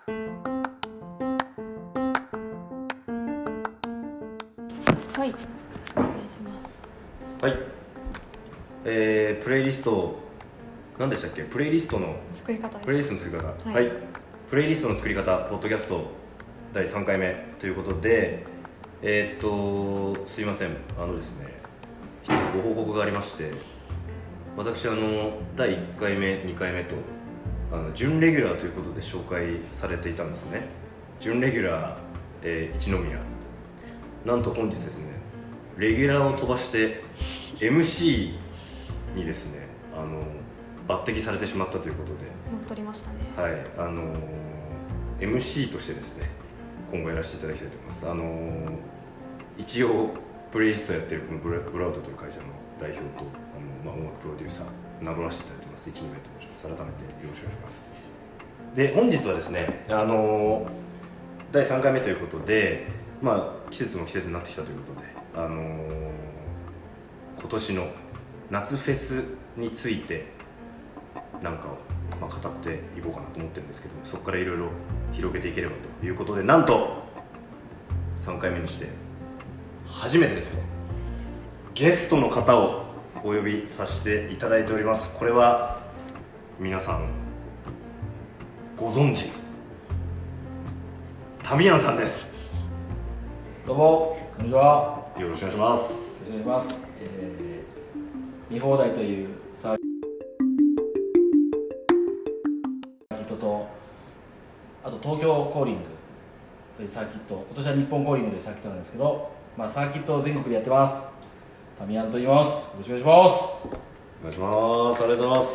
はい、お願いします。 はい、プレイリスト何でしたっけ？プレイリストの作り方です。 プレイリストの作り方、 はい、 プレイリストの作り方ポッドキャスト第3回目ということで、すいません、ですね、一つご報告がありまして、私第1回目2回目と準レギュラーということで紹介されていたんですね。準レギュラー、一宮、なんと本日ですね、レギュラーを飛ばして MC にですね抜擢されてしまったということで、 乗っ取りましたね。 はい、MC としてですね今後やらせていただきたいと思います。一応プレイリストやってるこのブラウトという会社の代表と音楽プロデューサー名乗らせていただいてます。一宮と申します。改めてよろしくお願いします。で、本日はですね第3回目ということで、季節も季節になってきたということで、今年の夏フェスについてなんかを、語っていこうかなと思ってるんですけども、そこからいろいろ広げていければということで、なんと3回目にして初めてですね、ゲストの方をお呼びさせていただいております。これは皆さんご存知タミヤンさんです。 どうも、こんにちは。 よろしくお願いします。 お願いします。見放題というサーキットと、あと東京コーリングというサーキット、今年は日本コーリングというサーキットなんですけど、サーキットを全国でやってます。タミヤンと言います。よろしくお願いします。 お願いします。ありがとうございます。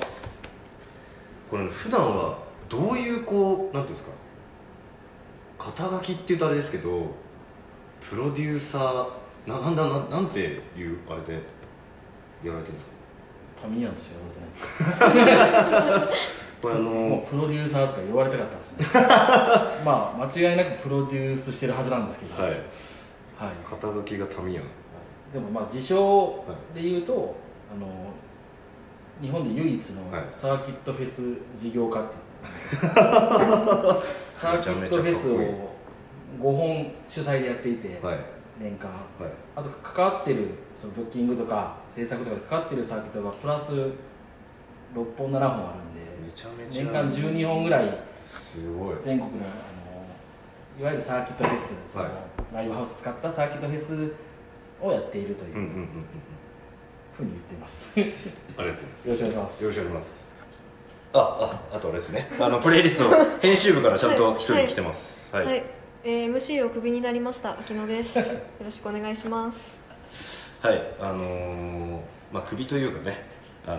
これ普段はどういうなんていうんですか、肩書きっていうとあれですけど、プロデューサーなんていうあれでやられてるんですか？ タミヤンとしか言われてないです。 これもうプロデューサーとか言われたかったですね。間違いなくプロデュースしてるはずなんですけど、 はい、 はい、 肩書きがタミヤン。 でも自称で言うと、日本で唯一のサーキットフェス事業家っていうサーキットフェスを5本主催でやっていて、 はい、 年間、 はい、 あと関わってるそのブッキングとか制作とかで関わってるサーキットがプラス6本7本あるんで、 めちゃめちゃ年間12本ぐらいすごい全国のいわゆるサーキットフェス、そのライブハウス使ったサーキットフェスをやっているというふうに言っています。 ありがとうございます。 よろしくお願いします。 よろしくお願いします。あとあれですね、プレイリスト編集部からちゃんと一人来てます。はい、はい、 MC をクビになりました秋野です。よろしくお願いします。 はい、クビというかね、はい、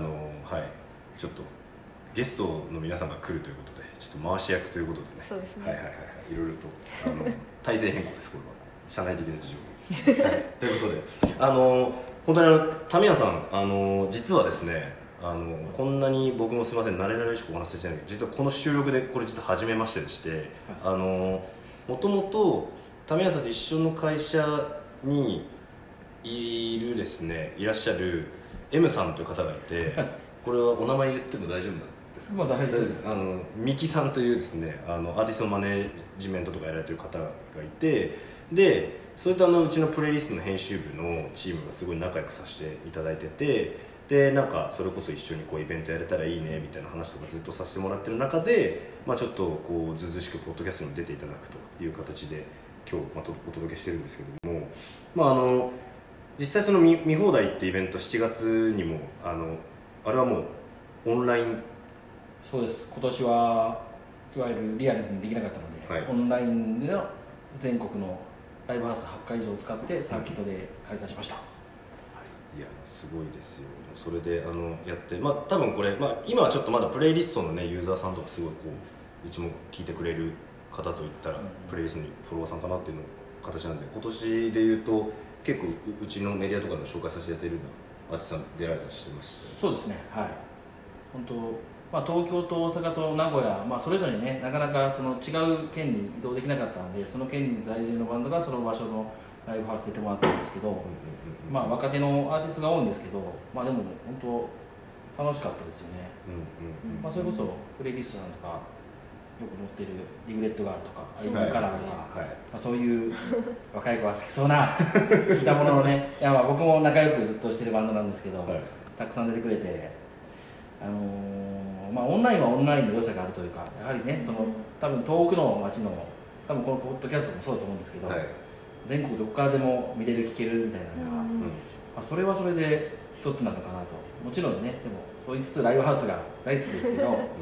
ちょっとゲストの皆さんが来るということで、ちょっと回し役ということでね。 そうですね。 はい、いろいろと体制変更です。これは社内的な事情はい、ということで、本当にタミヤさん、実はですね、こんなに僕もすみません慣れ慣れしくお話ししてないけど、実はこの収録でこれ実は初めましてでして、もともとタミヤさんと一緒の会社にいらっしゃる M さんという方がいて、これはお名前言っても大丈夫なんですか？ 大丈夫です。 ミキさんというですね、アーティストマネージメントとかやられてる方がいて、でそれとうちのプレイリストの編集部のチームがすごい仲良くさせていただいてて、でなんかそれこそ一緒にイベントやれたらいいねみたいな話とかずっとさせてもらってる中で、ちょっとずうずうしくポッドキャストに出ていただくという形で今日お届けしてるんですけども、実際その見放題ってイベント7月にもあれはもうオンライン。 そうです。今年はいわゆるリアルにできなかったので、オンラインでの全国のライブハウス8会場を使ってサーキットで開催しました。 いやすごいですよ。それでやって、多分これ、今はちょっとまだプレイリストのねユーザーさんとかすごいうちも聞いてくれる方といったら、プレイリストにフォロワーさんかなっていうの形なんで、今年でいうと結構うちのメディアとかでも紹介させていただいているようなアーティストさん出られたりしてました。 そうですね、はい。本当、東京と大阪と名古屋、それぞれね、なかなかその違う県に移動できなかったので、その県に在住のバンドがその場所のライブハウスで出てもらったんですけど、若手のアーティストが多いんですけど、でも本当楽しかったですよね。それこそプレイリストさんとか載ってるリグレットガールとかアイそうビーカラーとか、 はいまあ、そういう若い子が好きそうな聞いたもののね、いやまあ僕も仲良くずっとしてるバンドなんですけど、 はいたくさん出てくれて、まあ、オンラインはオンラインの良さがあるというか、やはりね、その多分遠くの街の、多分このポッドキャストもそうだと思うんですけど、 はい全国どこからでも見れる聞けるみたいなのが、 うんまあ、それはそれで一つなのかなと。もちろんね、でもそう言いつつライブハウスが大好きですけどなんか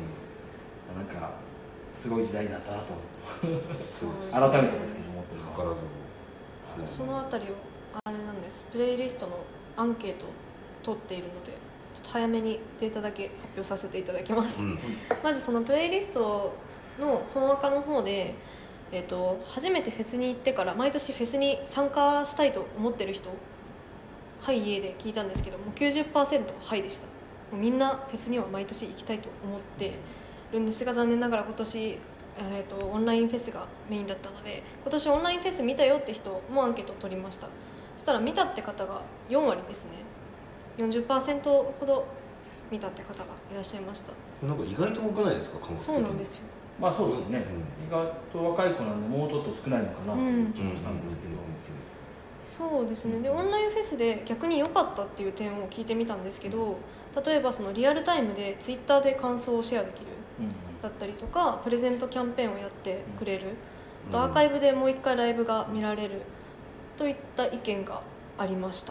すごい時代になったなとそうです改めてですけど思っております。 図らずそのあたりをあれなんです、プレイリストのアンケートを取っているのでちょっと早めにデータだけ発表させていただきます、まずそのプレイリストの本赤の方で、初めてフェスに行ってから毎年フェスに参加したいと思ってる人、はい家で聞いたんですけどもう 90% はいでした。もうみんなフェスには毎年行きたいと思ってるんですが、残念ながら今年、オンラインフェスがメインだったので、今年オンラインフェス見たよって人もアンケートを取りました。そしたら見たって方が4割ですね。40% ほど見たって方がいらっしゃいました。 なんか意外と多くないですか、感覚的に。 そうなんですよ。 まあそうですね、意外と若い子なんでもうちょっと少ないのかなという気もしたんですけど、 そうですね。でオンラインフェスで逆に良かったっていう点を聞いてみたんですけど、例えばそのリアルタイムでツイッターで感想をシェアできるだったりとか、プレゼントキャンペーンをやってくれる、あとアーカイブでもう一回ライブが見られるといった意見がありました。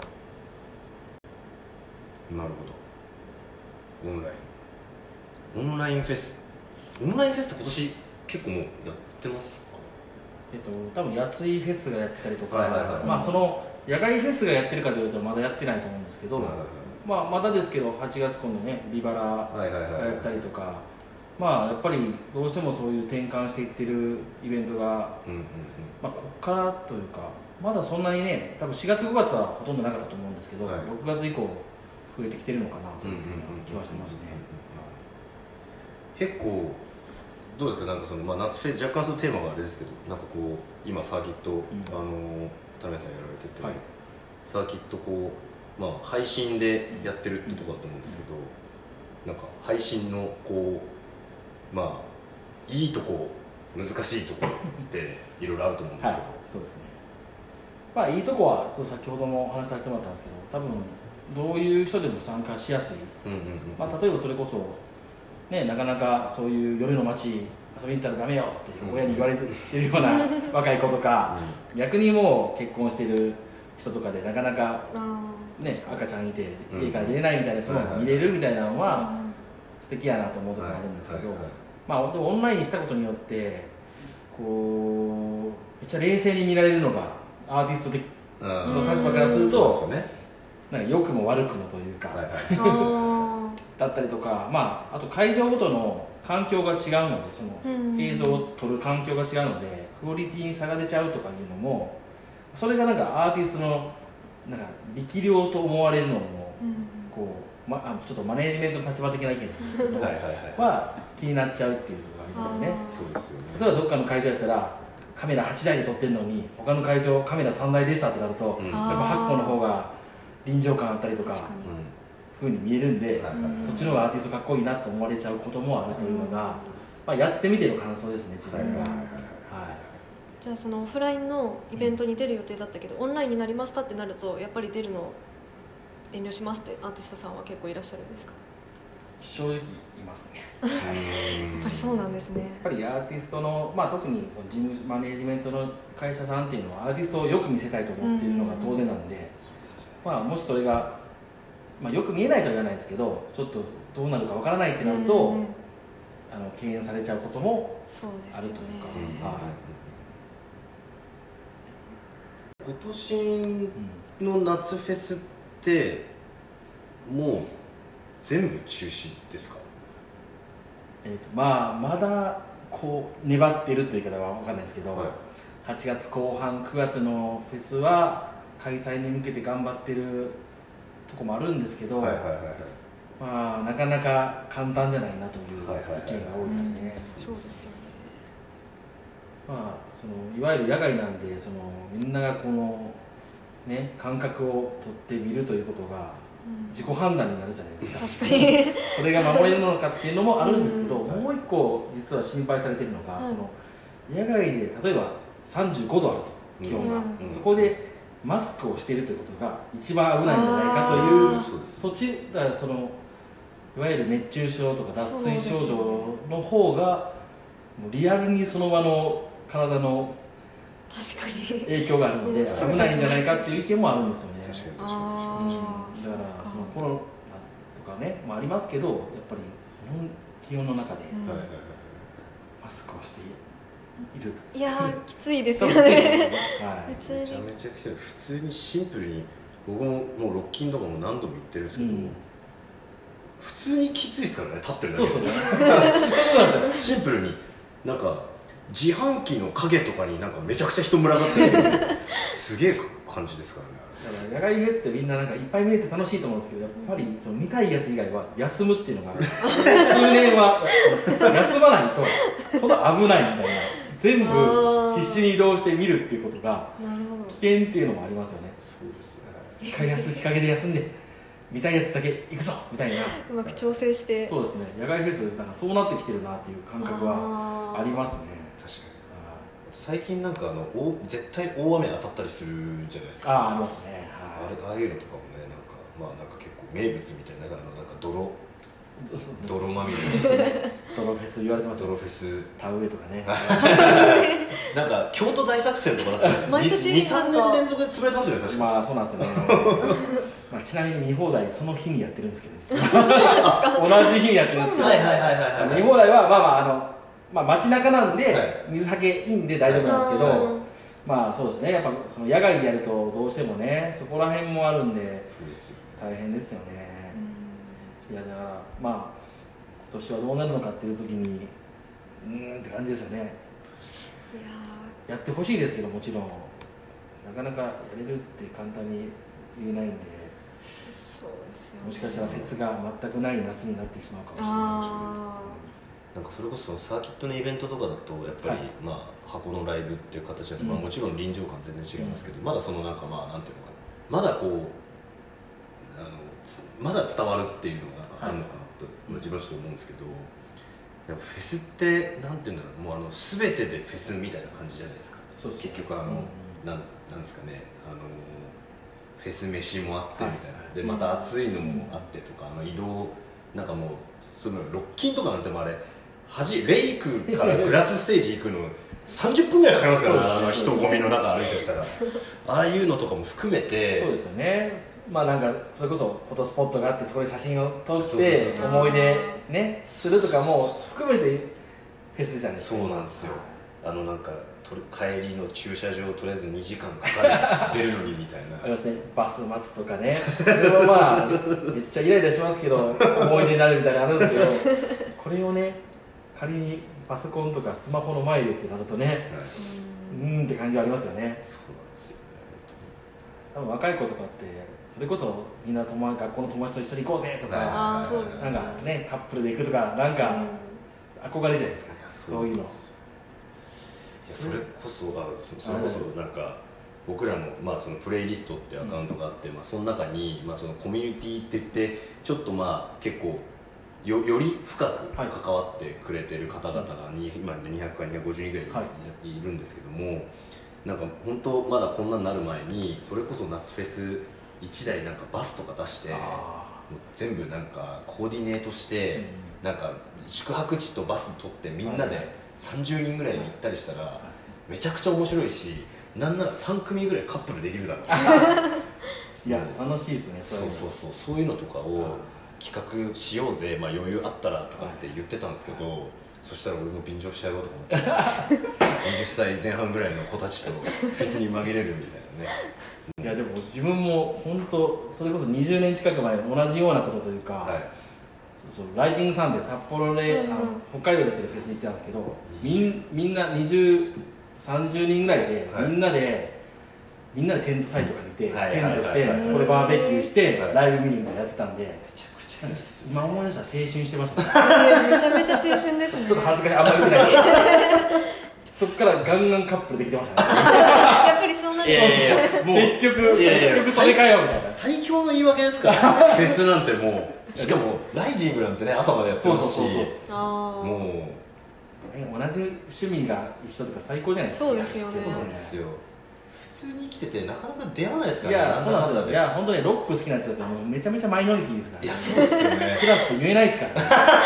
なるほど。オンラインフェスって今年結構もうやってますか？ 多分やついフェスがやってたりとか、 はいはいはい、 まあその野外フェスがやってるかというとまだやってないと思うんですけど、 はいはいはい、 まあまだですけど8月今度ねビバラがやったりとか、まあやっぱりどうしてもそういう転換していってるイベントが、まあこっからというかまだそんなにね、多分4月5月はほとんどなかったと思うんですけど、 はい、 6月以降増えてきてるのかなという気はしてますね。 結構どうですか、なんかその、まあ、夏フェス若干そのテーマがあれですけど、なんかこう今サーキット、田辺さんやられてて、はい、サーキットこう、まあ、配信でやってるってところだと思うんですけど、なんか配信のこうまあいいとこ難しいとこっていろいろあると思うんですけど、はい、 そうですね。まあいいとこはそう先ほどもお話しさせてもらったんですけど、多分どういう人でも参加しやすい、まあ、例えばそれこそね、なかなかそういう夜の街遊びに行ったらダメよって親に言われてるような若い子とか、逆にもう結婚してる人とかでなかなか、ね、赤ちゃんいて家から出れないみたいな人も見れるみたいなのは素敵やなと思うところがあるんですけど、まあオンラインにしたことによってこうめっちゃ冷静に見られるのがアーティスト的の立場からするとなんか良くも悪くもというかだったりとか、まあ、あと会場ごとの環境が違うので、その映像を撮る環境が違うのでクオリティに差が出ちゃうとかいうのも、それがなんかアーティストのなんか力量と思われるのもこう、ちょっとマネージメントの立場的な意見なんですけどは気になっちゃうっていうところがありますよね。 そうですよね。 例えばどっかの会場やったらカメラ8台で撮ってるのに他の会場カメラ3台でしたってなると、やっぱ8個の方が臨場感あったりとかふうに見えるんで、そっちの方がアーティストかっこいいなと思われちゃうこともあるというのが、まあ、やってみての感想ですね、自分が。 じゃあそのオフラインのイベントに出る予定だったけど、オンラインになりましたってなるとやっぱり出るの遠慮しますってアーティストさんは結構いらっしゃるんですか？ 正直いますねやっぱりそうなんですね。 やっぱりアーティストの、まあ、特にその事務マネージメントの会社さんっていうのはアーティストをよく見せたいと思っているのが当然なので、まあ、もしそれが、まあ、よく見えないとは言わないですけど、ちょっとどうなるかわからないってなると、敬遠されちゃうこともあるというか。 今年の夏フェスってもう全部中止ですか？ まあまだこう粘ってるという言い方は分かんないですけど、 はい、 8月後半9月のフェスは開催に向けて頑張ってるとこもあるんですけど、まあなかなか簡単じゃないなという意見が多いですね。 そうですよね。 まあそのいわゆる野外なんで、そのみんながこのね感覚を取ってみるということが自己判断になるじゃないですか。 確かにそれが守れるのかっていうのもあるんですけど、もう一個実は心配されてるのが、その野外で例えば35度あると気温が、そこでマスクをしているということが一番危ないんじゃないかという、そっちがそのいわゆる熱中症とか脱水症状の方がもうリアルにその場の体の影響があるので危ないんじゃないかっていう意見もあるんですよね。 確かに確かに確かに。 だからそのコロナとかね、ありますけど、やっぱりその気温の中でマスクをしている。 いやーきついですよね。 めちゃめちゃきつい。普通にシンプルに僕ももうロッキンとかも何度も行ってるんですけど、普通にきついですからね、立ってるだけで。そうシンプルになんか自販機の影とかになんかめちゃくちゃ人群がってるすげえ感じですからね。 だから野外フェスってみんななんかいっぱい見れて楽しいと思うんですけど、やっぱりその見たいやつ以外は休むっていうのが数年は休まないとほんと危ないみたいな、全部必死に移動して見るっていうことが危険っていうのもありますよね。 そうですね。 日陰で休んで見たいやつだけ行くぞみたいな、 うまく調整して。 そうですね、野外フェスなんかそうなってきてるなっていう感覚はありますね。 確かに。最近なんか絶対大雨当たったりするじゃないですか。ありますね。 ああいうのとかもね、なんかまあなんか結構名物みたいな、なんか泥まみれですね。 泥フェス言われてます。 泥フェス田植えとかね。 なんか京都大作戦とかだったら2、3年連続で潰れてますよね、確かに。 まあそうなんですよね。まあちなみに見放題その日にやってるんですけど、同じ日にやってるんですけど、見放題はまあ街中なんで水はけいいんで大丈夫なんですけど、まあそうですね、やっぱその野外でやるとどうしてもね、そこら辺もあるんで大変ですよね。いやだからまあ今年はどうなるのかっていう時にって感じですよね。やってほしいですけど、もちろんなかなかやれるって簡単に言えないんで、 そうですよね、 もしかしたらフェスが全くない夏になってしまうかもしれないし、 なんかそれこそサーキットのイベントとかだとやっぱり、まあ箱のライブっていう形で、まあ、もちろん臨場感全然違いますけど、まだそのなんかまあなんていうのかな、まだこうまだ伝わるっていうのがあるのかなと、自分はちょっと思うんですけど、やっぱフェスってなんていうんだろう、もう全てでフェスみたいな感じじゃないですか。結局なんですかね、フェス飯もあってみたいな、でまた暑いのもあってとか、移動なんかもうそのロッキンとかなんてもあれレイクからグラスステージ行くの30分ぐらいかかりますから人混みの中歩いてたらああいうのとかも含めて。 そうですよね。まあなんかそれこそフォトスポットがあってそこで写真を撮って思い出ねするとかも含めてフェスじゃないですか。 そうなんですよ。なんか帰りの駐車場とりあえず2時間かかる出るのにみたいなありますね。バス待つとかね、それはまあめっちゃイライラしますけど思い出になるみたいなのあるんですけど、これをね仮にパソコンとかスマホの前でってなるとね、って感じはありますよね。 そうなんですよね。 多分若い子とかってそれこそみんな学校の友達と一緒に行こうぜとか、なんかねカップルで行くとかなんか憧れじゃないですか、そういうの。 いやそれこそなんか僕らの、まあ、そのプレイリストってアカウントがあって、まあ、その中に、まあ、そのコミュニティって言ってちょっとまあ結構より深く関わってくれてる方々が今200か250人ぐらいいるんですけども、なんか本当まだこんなになる前にそれこそ夏フェス1台なんかバスとか出して全部なんかコーディネートしてなんか宿泊地とバス取ってみんなで30人ぐらいで行ったりしたらめちゃくちゃ面白いし、なんなら3組ぐらいカップルできるだろういや楽しいですね。 そういうのとかを企画しようぜ、まあ、余裕あったらとかって言ってたんですけど、そしたら俺も便乗しちゃおうと思って20歳前半ぐらいの子たちとフェスに紛れるみたいなね。 いやでも自分も本当それこそ20年近く前同じようなことというか、ライジングサンデー札幌で、北海道でやってるフェスに行ってたんですけど、みんな20、30人ぐらいで、みんなでテントサイトが見て、テントしてそこでバーベキューしてライブ見るみたいなやってたんで、めちゃくちゃいいっす。今思い出したら青春してましたね。 めちゃめちゃ青春ですね。 ちょっと恥ずかしい、あんまり見てないそこからガンガンカップルできてましたねやっぱりそうなるんですね。 もう結局それかよみたいな。 最強の言い訳ですからフェスなんてもうしかもライジングなんてね朝までやってますし、もう同じ趣味が一緒とか最高じゃないですか。 そうですよね。 そうなんですよ。普通に生きててなかなか出会わないですかいらね。 やそうなんですよ。いや本当ねロック好きなやつだともうめちゃめちゃマイノリティですから、ね、 いやそうですよねクラスって言えないですから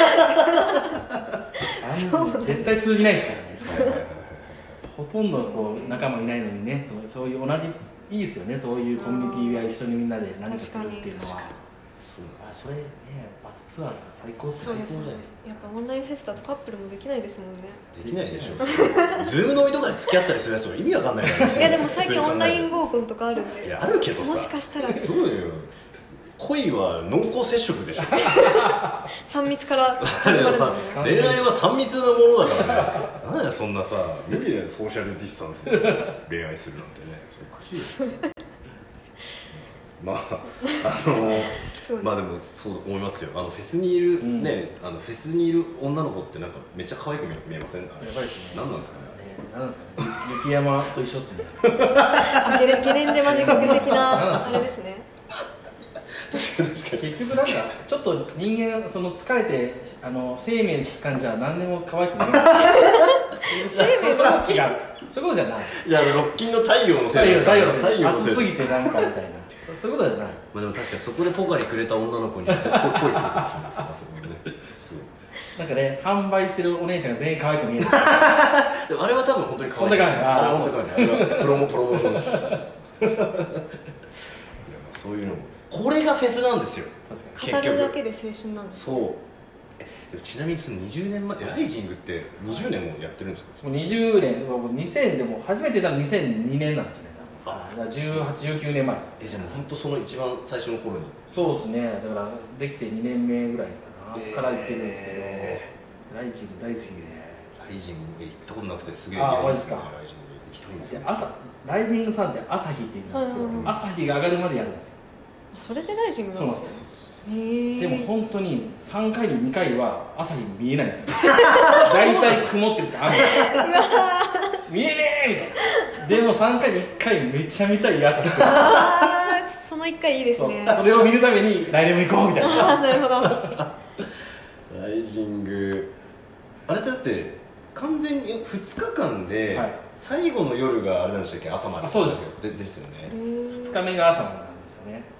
ね絶対通じないですからねほとんどこう仲間いないのにね、そういう同じいいですよね、そういうコミュニティが一緒にみんなで何かするっていうのは。それね、バスツアーが最高っすね。 そうですね。やっぱオンラインフェスだとカップルもできないですもんね。 できないでしょズーム飲みとかで付き合ったりするやつは意味わかんないからね。 いやでも最近オンライン合コンとかあるんで。 いやあるけどさ、 もしかしたらどういう恋は濃厚接触でしょ 3密から始まるんですね。 恋愛は3密なものだからねなんでそんなさ無理だよソーシャルディスタンスで恋愛するなんてねおかしいですよまあでもそう思いますよ。フェスにいる、ね、フェスにいる女の子ってなんかめっちゃ可愛く見えません？やばいですね。 何なんですかね。 何ですかね。雪山と一緒ですね。 ゲレンデマネグ的なあれですね。 結局なんかちょっと人間その疲れて生命に効く感じは何でも可愛く見えない。生命とは違う。そういうことじゃない。 いやロッキンの太陽のせいですから。 太陽のせい。暑すぎてなんかみたいな。そういうことじゃない。 まあでも確かにそこでポカリくれた女の子に恋するかもしれないですね。すごい。 なんかね販売してるお姉ちゃんが全員可愛く見える。 でもあれは多分本当に可愛い。あれは本当に可愛い。プロモーションです。そういうのもこれがフェスなんですよ。 語るだけで青春なんです。 そう。でもちなみにその20年前ライジングって20年もやってるんですか？ もう20年、2000でも初めて出たの2002年なんですよね。19年前。 じゃあもう本当その一番最初の頃に。 そうですね。だからできて2年目ぐらいかな、から行ってるんですけど、ライジング大好きで。 ライジング行ったことなくてすげえ。 マジですか。 ライジング行きたいんですよ。 ライジングさんって朝日って言うんですけど、朝日が上がるまでやるんですよ。 それでライジングなんですよ。 でも本当に3回に2回は朝日見えないんですよ。大体曇ってるって雨見えねえみたいな。でも3回に1回めちゃめちゃいい朝日。 その1回いいですね。 それを見るために来年も行こうみたいな。 なるほど。 ライジングあれだって完全に2日間で最後の夜があれなんでしたっけ？朝まで。 そうですよ。 ですよね。 2日目が朝なんですよね。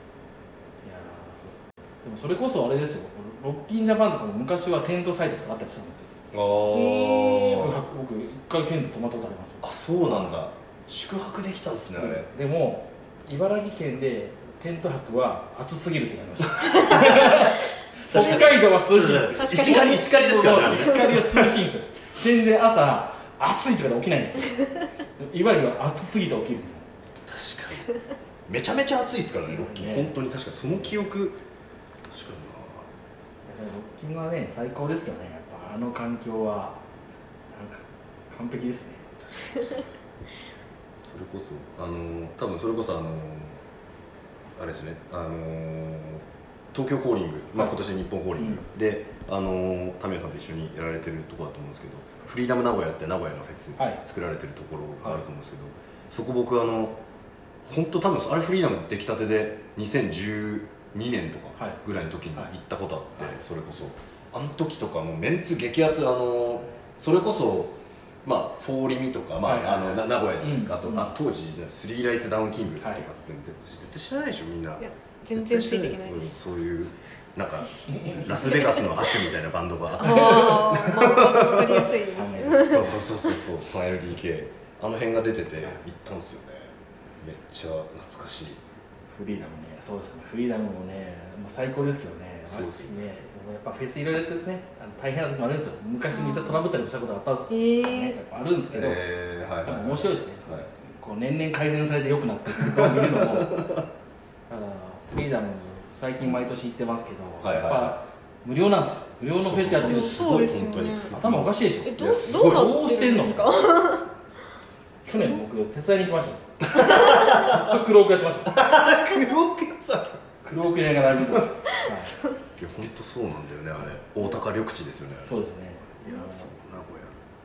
でもそれこそあれですよ、ロッキンジャパンとかも昔はテントサイトとかあったりしたんですよ。宿泊、僕一回テント泊まったことありますよ。 あ、そうなんだ。宿泊できたんですね、あれ。 でも茨城県でテント泊は暑すぎるって言われました北海道は涼しいです。 石狩ですからね。 石狩は涼しいんですよ。全然朝暑いとかで起きないんですよ。茨城は暑すぎて起きる。 確かにめちゃめちゃ暑いですからね、ロッキン。本当に確かにその記憶確かにな。 ロッキンはね最高ですけどね、やっぱあの環境はなんか完璧ですね。 それこそ多分それこそあれですね、東京コーリング、今年日本コーリング、でタミヤさんと一緒にやられてるところだと思うんですけど、フリーダム名古屋って名古屋のフェス作られてるところがあると思うんですけど、そこ僕本当多分あれフリーダム出来たてで2012年とかぐらいの時に行ったことあって、それこそあの時とかもうメンツ激アツ、それこそフォーリミとか、名古屋じゃないですか、あと当時スリーライツダウンキングスとかって絶対知らないでしょみんな。 全然ついていけないです。 そういうなんかラスベガスのアシュみたいなバンドがあって、 分かりやすい。 そうその LDK あの辺が出てて行ったんですよね。めっちゃ懐かしい。 フリーダムね、そうですね、フリーダムもね、最高ですけどね。 そうですね。 やっぱフェスいろいろやっててね、大変な時もあるんですよ。昔めっちゃトラブったりもしたことがあったやっぱあるんですけど、面白いですね。こう年々改善されて良くなっていくのを見るのも、だからフリーダム最近毎年行ってますけど、やっぱ無料なんですよ。無料のフェスやってるんですよ。 そうですよね。 頭おかしいでしょ。 どうなってるんですか？ 去年僕手伝いに行きましたよ。クロークやってました。 クロークやってたんですか？ クロークやりながら歩いてました。 いや本当そうなんだよね、あれ大高緑地ですよね。 そうですね。 いやそう名古屋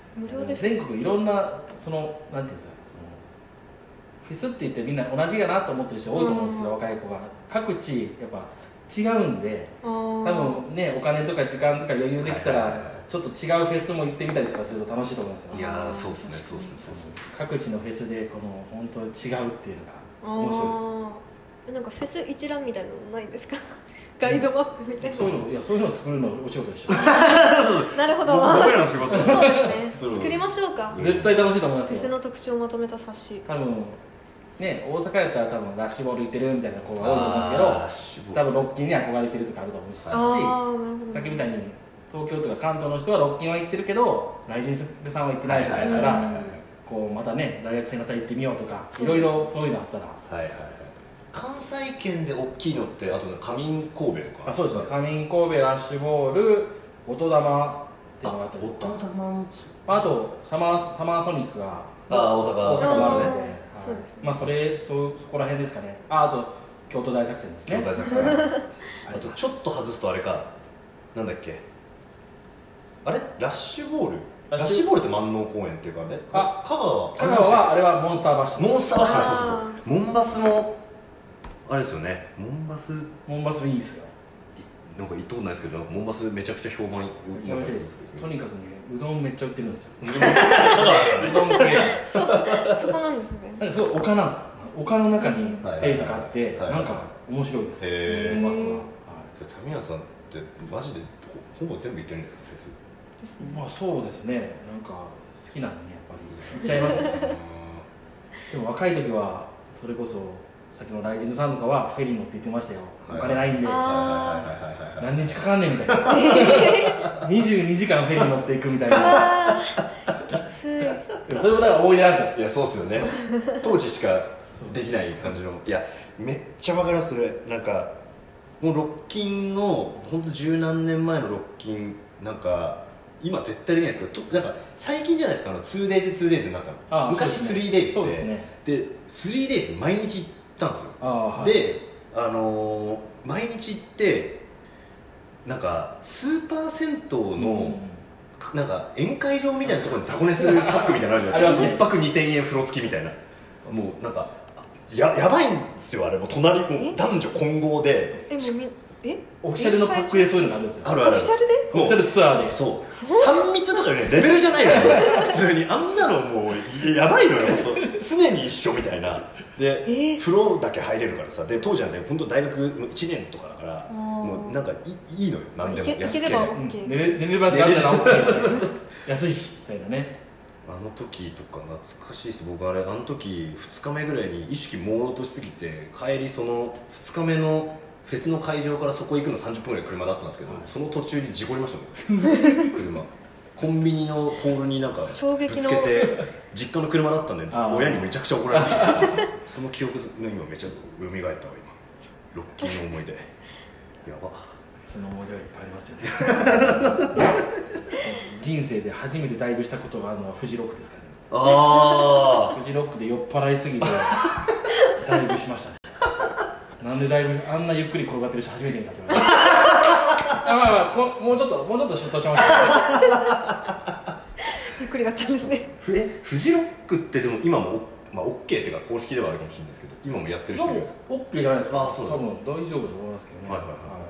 無料で全国いろんなそのなんていうんですか、そのフェスって言ってみんな同じやなと思ってる人多いと思うんですけど、若い子が各地やっぱ違うんで、多分ねお金とか時間とか余裕できたらちょっと違うフェスも行ってみたりとかすると楽しいと思うんですよ。 いやそうですね、そうですね、そうですね。 各地のフェスでこの本当に違うっていうのが面白いです。 なんかフェス一覧みたいなのないんですか？ガイドマップみたいな。 そういうのを作るのお仕事でしょ。 なるほど。 僕らの仕事そうですね。作りましょうか。 絶対楽しいと思いますよ。 フェスの特徴をまとめた冊子。 多分ね、大阪やったら多分ラッシュボール行ってるみたいな子が多いと思うんですけど、多分ロッキンに憧れてるとかあると思うし、さっきみたいに東京とか関東の人はロッキンは行ってるけどライジングさんは行ってないとかやったら、こうまたね大学生になったら行ってみようとか、いろいろそういうのあったら。 関西圏で大きいのってあと仮眠神戸とか。 そうですね、仮眠神戸、ラッシュボール、音玉っていうのがあったりとか、 音玉もあとサマーソニックが大阪ですね。 そうですね。 まあそこら辺ですかね。あと京都大作戦ですね。 京都大作戦あとちょっと外すとあれか、なんだっけ、あれラッシュボールって万能公園っていうかね、香川はあれはモンスターバッシュ。 モンスターバッシュ、そうモンバスもあれですよね。モンバスいいですよ。 なんか行ったことないですけど、モンバスめちゃくちゃ評判いいです。 とにかくね、うどんめっちゃ売ってるんですよ。うどん系そこなんですね。 すごい丘なんですよ。丘の中にステージがあって、なんか面白いです。モンバスは。 それタミヤさんってマジでほぼ全部行ってるんですか、フェス？ まあそうですね。なんか好きなんでね、やっぱり行っちゃいますよ。でも若い時はそれこそさっきのライジングさんとかはフェリー乗って行ってましたよ。お金ないんで何日かかんねんみたいな。22時間フェリー乗っていくみたいな。 きつい。 それもだから思い出なんですよ。 いやそうっすよね。当時しかできない感じの。いやめっちゃわかります。それなんかもうロッキンの本当十何年前のロッキンなんか今絶対できないですけど、なんか最近じゃないですか、2days になったの。昔 3days で 3days 毎日行ったんですよ。で毎日行ってなんかスーパー銭湯のなんか宴会場みたいなところに雑魚寝するパックみたいなのあるじゃないですか。1泊2000円風呂付きみたいな、もうなんかやばいんですよ。あれも隣も男女混合で、 オフィシャルのパックでそういうのがあるんですよ。 あるある。 オフィシャルで？ オフィシャルツアーで。 そう。3密とかね、レベルじゃないのよ。普通に。あんなのもう、やばいのよ、本当常に一緒みたいな。で、風呂だけ入れるからさ。で、当時はね、本当大学1年とかだから、もうなんかいいのよ、なんでも。安ければ。 寝ればしあるなら OK みたいな。安いし、みたいなね。 あの時とか懐かしいです。僕あの時2日目ぐらいに意識朦朧としすぎて、帰りその2日目のフェスの会場からそこ行くの30分ぐらい車だったんですけど、その途中に事故りましたもん車。コンビニのポールになんかぶつけて、実家の車だったんで親にめちゃくちゃ怒られましたその記憶の今めちゃ蘇ったわ今。ロッキーの思い出やば。 その思い出はいっぱいありますよね人生で初めてダイブしたことがあるのはフジロックですからね。フジロックで酔っ払いすぎてダイブしましたね。なんでダイブあんなゆっくり転がってる人初めて見たって言われた。もうちょっとシュッとしましたゆっくりだったんですね。 フジロックってでも今もOK っていうか公式ではあるかもしれないですけど、今もやってる人いるんですか ？OK じゃないですか。 あ、そうだ。 多分大丈夫だと思いますけどね。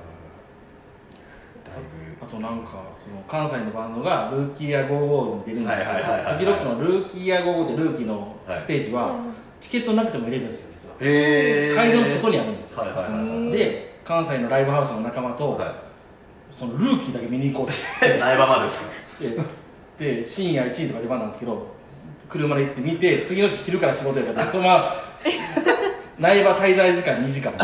あとなんかその関西のバンドがルーキーや55に出るんですけど、フジロックのルーキーや55でルーキーのステージはチケットなくても入れるんですよ実は。会場の外にあるんですよ。で関西のライブハウスの仲間とそのルーキーだけ見に行こうって苗場までですか。 で深夜1時とか出番なんですけど、車で行って見て次の日昼から仕事やからそのまま苗場滞在時間2時間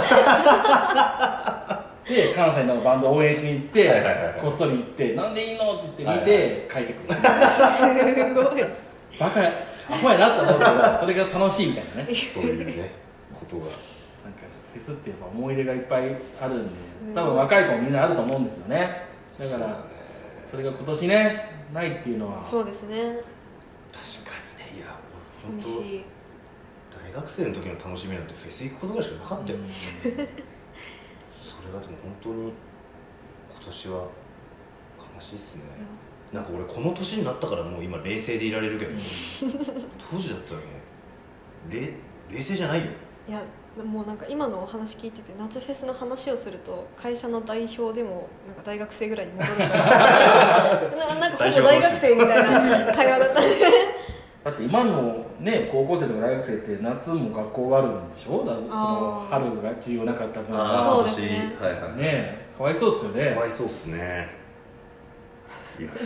で関西のバンド応援しに行ってこっそり行って「なんでいいの?」って言って見て帰ってくる。 すごいバカアホやなって思うけどそれが楽しいみたいなね。 そういうねことがなんかフェスってやっぱ思い出がいっぱいあるんで、多分若い子もみんなあると思うんですよね。だからそれが今年ねないっていうのは。 そうですね。 確かにね。いや本当大学生の時の楽しみなんてフェス行くことぐらいしかなかったよ、それがでも本当に今年は悲しいっすね。 なんか俺この年になったからもう今冷静でいられるけど当時だったらもう冷静じゃないよ。 いやもうなんか今のお話聞いてて夏フェスの話をすると会社の代表でもなんか大学生ぐらいに戻るんだなんかほぼ大学生みたいな会話だったんでだって今のね高校生とか大学生って夏も学校があるんでしょ。その春が授業なかった分がそうですね。 はいはい。 ねかわいそうっすよね。 かわいそうっすね。いやそうだよね。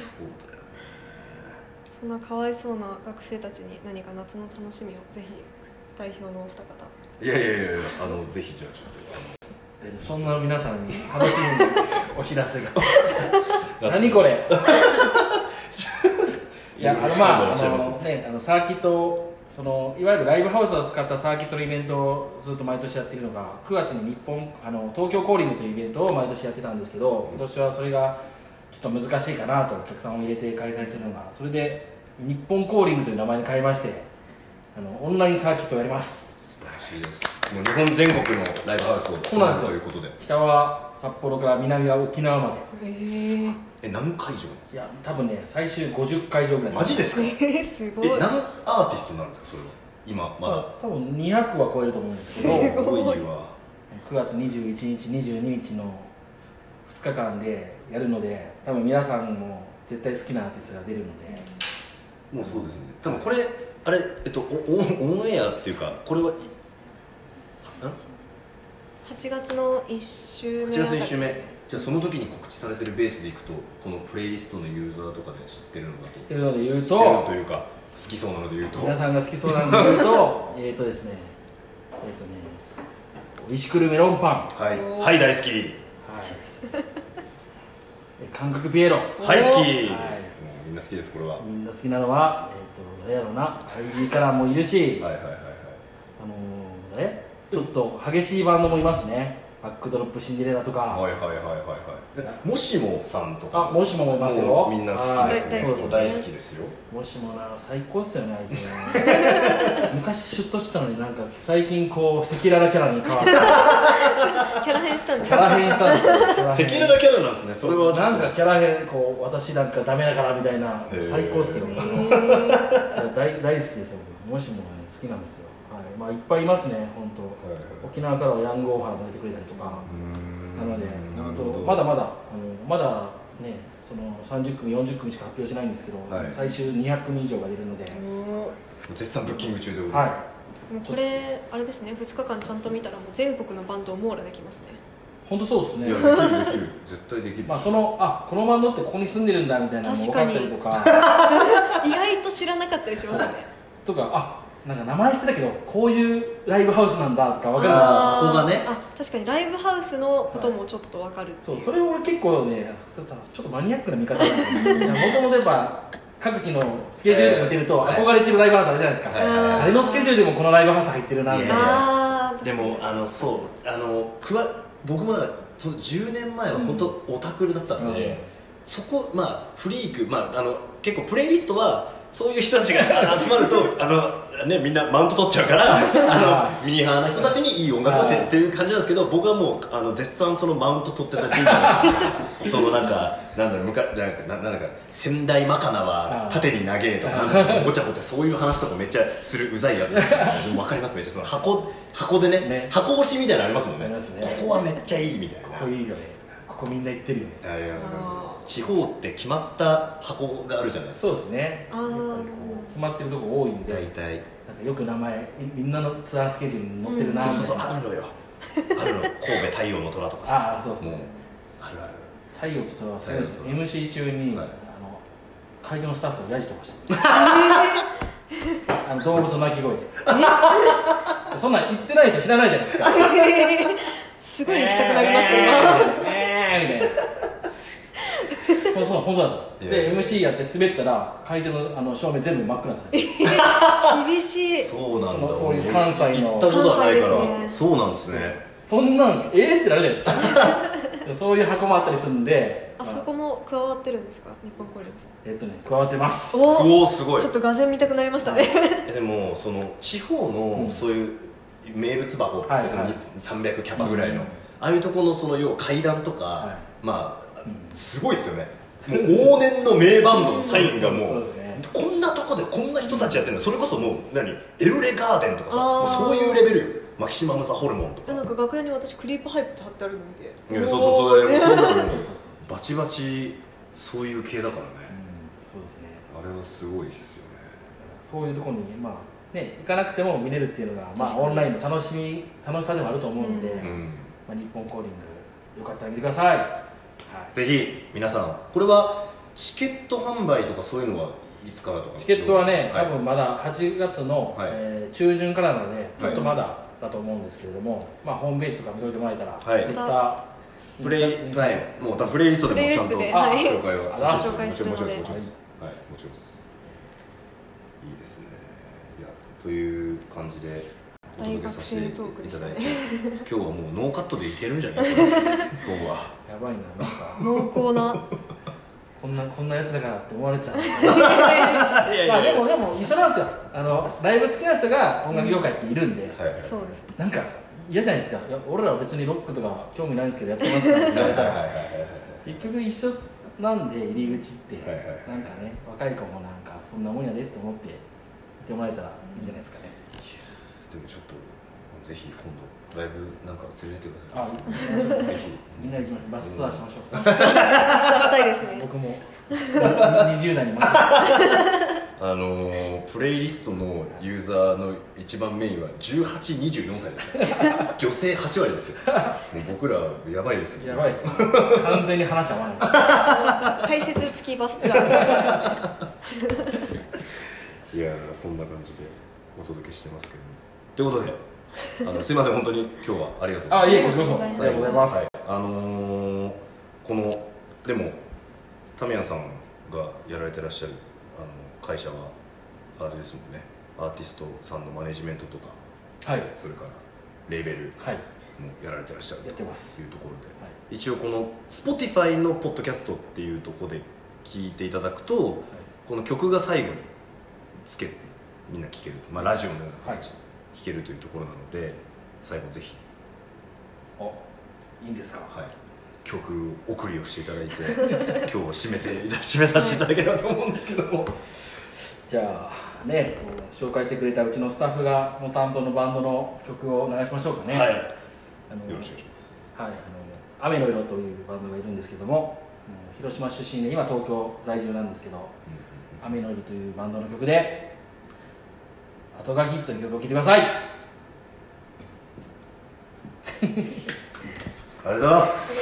そんなかわいそうな学生たちに何か夏の楽しみをぜひ代表のお二方。 いやぜひじゃあちょっとそんな皆さんに楽しみにお知らせが何これいやサーキットいわゆるライブハウスを使ったサーキットのイベントをずっと毎年やっているのが9月に東京コーリングというイベントを毎年やってたんですけど、今年はそれがちょっと難しいかなとお客さんを入れて開催するのが、それで日本コーリングという名前に変えましてオンラインサーキットをやります。 素晴らしいです。もう日本全国のライブハウスをそうなんですよ。 ということで北は札幌から南は沖縄まで。何会場？ いや多分ね最終50会場ぐらい。 マジですか？ すごい。 何アーティストなんですかそれは？今まだ多分200は超えると思うんですけどすごいわ。 9月21日22日の2日間でやるので、多分皆さんも絶対好きなアーティストが出るので、 もうそうですね。多分これあれオンエアっていうかこれは 8月の1週目。 8月1週目。じゃあその時に告知されてるベースでいくとこのプレイリストのユーザーとかで知ってるのだと。 知ってるので言うと。 知ってるというか好きそうなので言うと。 皆さんが好きそうなので言うとですね石久留メロンパン。 はい大好き。 韓国ピエロ。 はい好き。みんな好きですこれは。 みんな好きなのは誰やろうな。ID カラーもいるし。ちょっと激しいバンドもいますね。バックドロップシンデレラとか。もしもさんとか。 もしももいますよ。 みんな好きですね。大好きですよ。 もしも最高っすよねあいつ。昔シュッとしてたのになんか最近こう赤裸々キャラに変わった。 キャラ変したんです。 赤裸々キャラなんですね。それはなんかキャラ変私なんかダメだからみたいな最高っすよ。大好きですよ。もしも好きなんですよ。いっぱいいますね、本当。沖縄からはヤング大原も出てくれたりとか。なので、まだね、30組、40組しか発表しないんですけど、最終200組以上が出るので。 絶賛ブッキング中でございます。 これ、あれですね、2日間ちゃんと見たら、全国のバンドを網羅できますね。 本当そうですね。 いや、できる、絶対できる。 このバンドってここに住んでるんだみたいなのも分かったりとか。 意外と知らなかったりしますね。 とか、なんか名前してたけどこういうライブハウスなんだとか分かる箱がね。 確かにライブハウスのこともちょっと分かるっていう。 それ俺結構ねちょっとマニアックな見方なんですけど、もともとやっぱ各地のスケジュールを見てると憧れてるライブハウスあるじゃないですか。あれのスケジュールでもこのライブハウス入ってるなみたいな。 でも僕も10年前は本当オタクルだったんで、そこフリーク結構プレイリストはそういう人たちが集まるとみんなマウント取っちゃうからミーハーな人たちにいい音楽をっていう感じなんですけど、僕はもう絶賛そのマウント取ってた時期そのなんか仙台マカナは縦に長えとかごちゃごちゃそういう話とかめっちゃするうざいやつでも分かります。めっちゃその箱でね箱推しみたいなのありますもんね。ここはめっちゃいいみたいな。 ここいいよね、ここみんな行ってるよね。 地方って決まった箱があるじゃないですか。 そうですね。決まってるとこ多いんで、 大体なんかよく名前みんなのツアースケジュールに載ってるな。 そうあるのよ。神戸太陽の虎とかさ。 そうそう。 ある太陽と虎はそうです。MC 中に会場のスタッフがヤジとかした。動物の鳴き声で。そんなん言ってない人知らないじゃないですか。 すごい行きたくなりました今。 みたいな。本当なんですよ。で MC やって滑ったら会場の照明全部真っ暗ですね。 厳しい。 そうなんだ。 そういう関西の行ったことはないからそうなんですね。 そんなんってなるじゃないですか。そういう箱もあったりするんで。 そこも加わってるんですか、日本コーリングさん。 加わってます。 おおすごい。 ちょっと画面見たくなりましたね。 でもその地方のそういう名物箱って300キャパぐらいのああいうところのその要は階段とかすごいですよね。 往年の名バンドのサインがもう、 そうですね、 こんなとこでこんな人たちやってるの、それこそもうエルレガーデンとかさ、もうそういうレベルよ。マキシマムザホルモンとか。 なんか楽屋に私クリープハイプって貼ってあるの見て、 いや、そうバチバチそういう系だからね、 そうですね、 あれはすごいっすよね。 そういうところにまあね、行かなくても見れるっていうのが、まあ、オンラインの楽しさでもあると思うので、まあ、日本コーディングよかったら見てください、はい、 ぜひ皆さん、これはチケット販売とかそういうのはいつからとか。 チケットはね、 はい、 多分まだ8月の、 はい中旬からなのでちょっとまだだと思うんですけれども、まあ、ホームページとか見といてもらえたら、 はい、 ツイッタープレイ、もう多分プレイリストでもちゃんと紹介は紹介するので、 もちろんです。はい、もちろんです。いいですね。いや、という感じでお届けさせていただいて、今日はもうノーカットでいけるんじゃないかな。今日はやばいな、なんか濃厚なこんなやつだからって思われちゃう。まあでも一緒なんですよ。ライブ好きな人が音楽業界っているんで、 そうです。 なんか嫌じゃないですか。いや俺らは別にロックとか興味ないんですけどやってますからって言われたら、結局一緒なんで入り口って、なんかね、若い子もなんかそんなもんやでって思って見てもらえたらいいんじゃないですかね。 でもちょっとぜひ今度ライブなんか連れてってください。ぜひみんなでバスツアーしましょう。 バスツアーしたいですね。 僕も20代に負けプレイリストのユーザーの一番メインは18、24歳ですね。女性8割ですよ。もう僕らやばいですよ。 やばいです。完全に話合わないです。 解説付きバスツアー。 いやー、そんな感じでお届けしてますけど、ということで、すいません、本当に今日はありがとうございます。 いえ、こちらこそありがとうございます。 はい、このでもタミヤさんがやられてらっしゃる会社はあれですもんね、アーティストさんのマネジメントとか、 はい、 それからレーベルもやられてらっしゃるというところで、一応この Spotify のポッドキャストっていうところで聞いていただくと、この曲が最後につけてみんな聴ける、まあ、ラジオのような形で聴けるというところなので、最後ぜひいいんですか、 はい、曲送りをしていただいて今日を締めさせていただければと思うんですけども、 じゃあね、紹介してくれたうちのスタッフがの担当のバンドの曲を流しましょうかね。 はい、よろしくお願いします。 はい、雨の色というバンドがいるんですけども、広島出身で今東京在住なんですけど、雨の色というバンドの曲で「後書き」という曲を聴いてください。 ありがとうございます。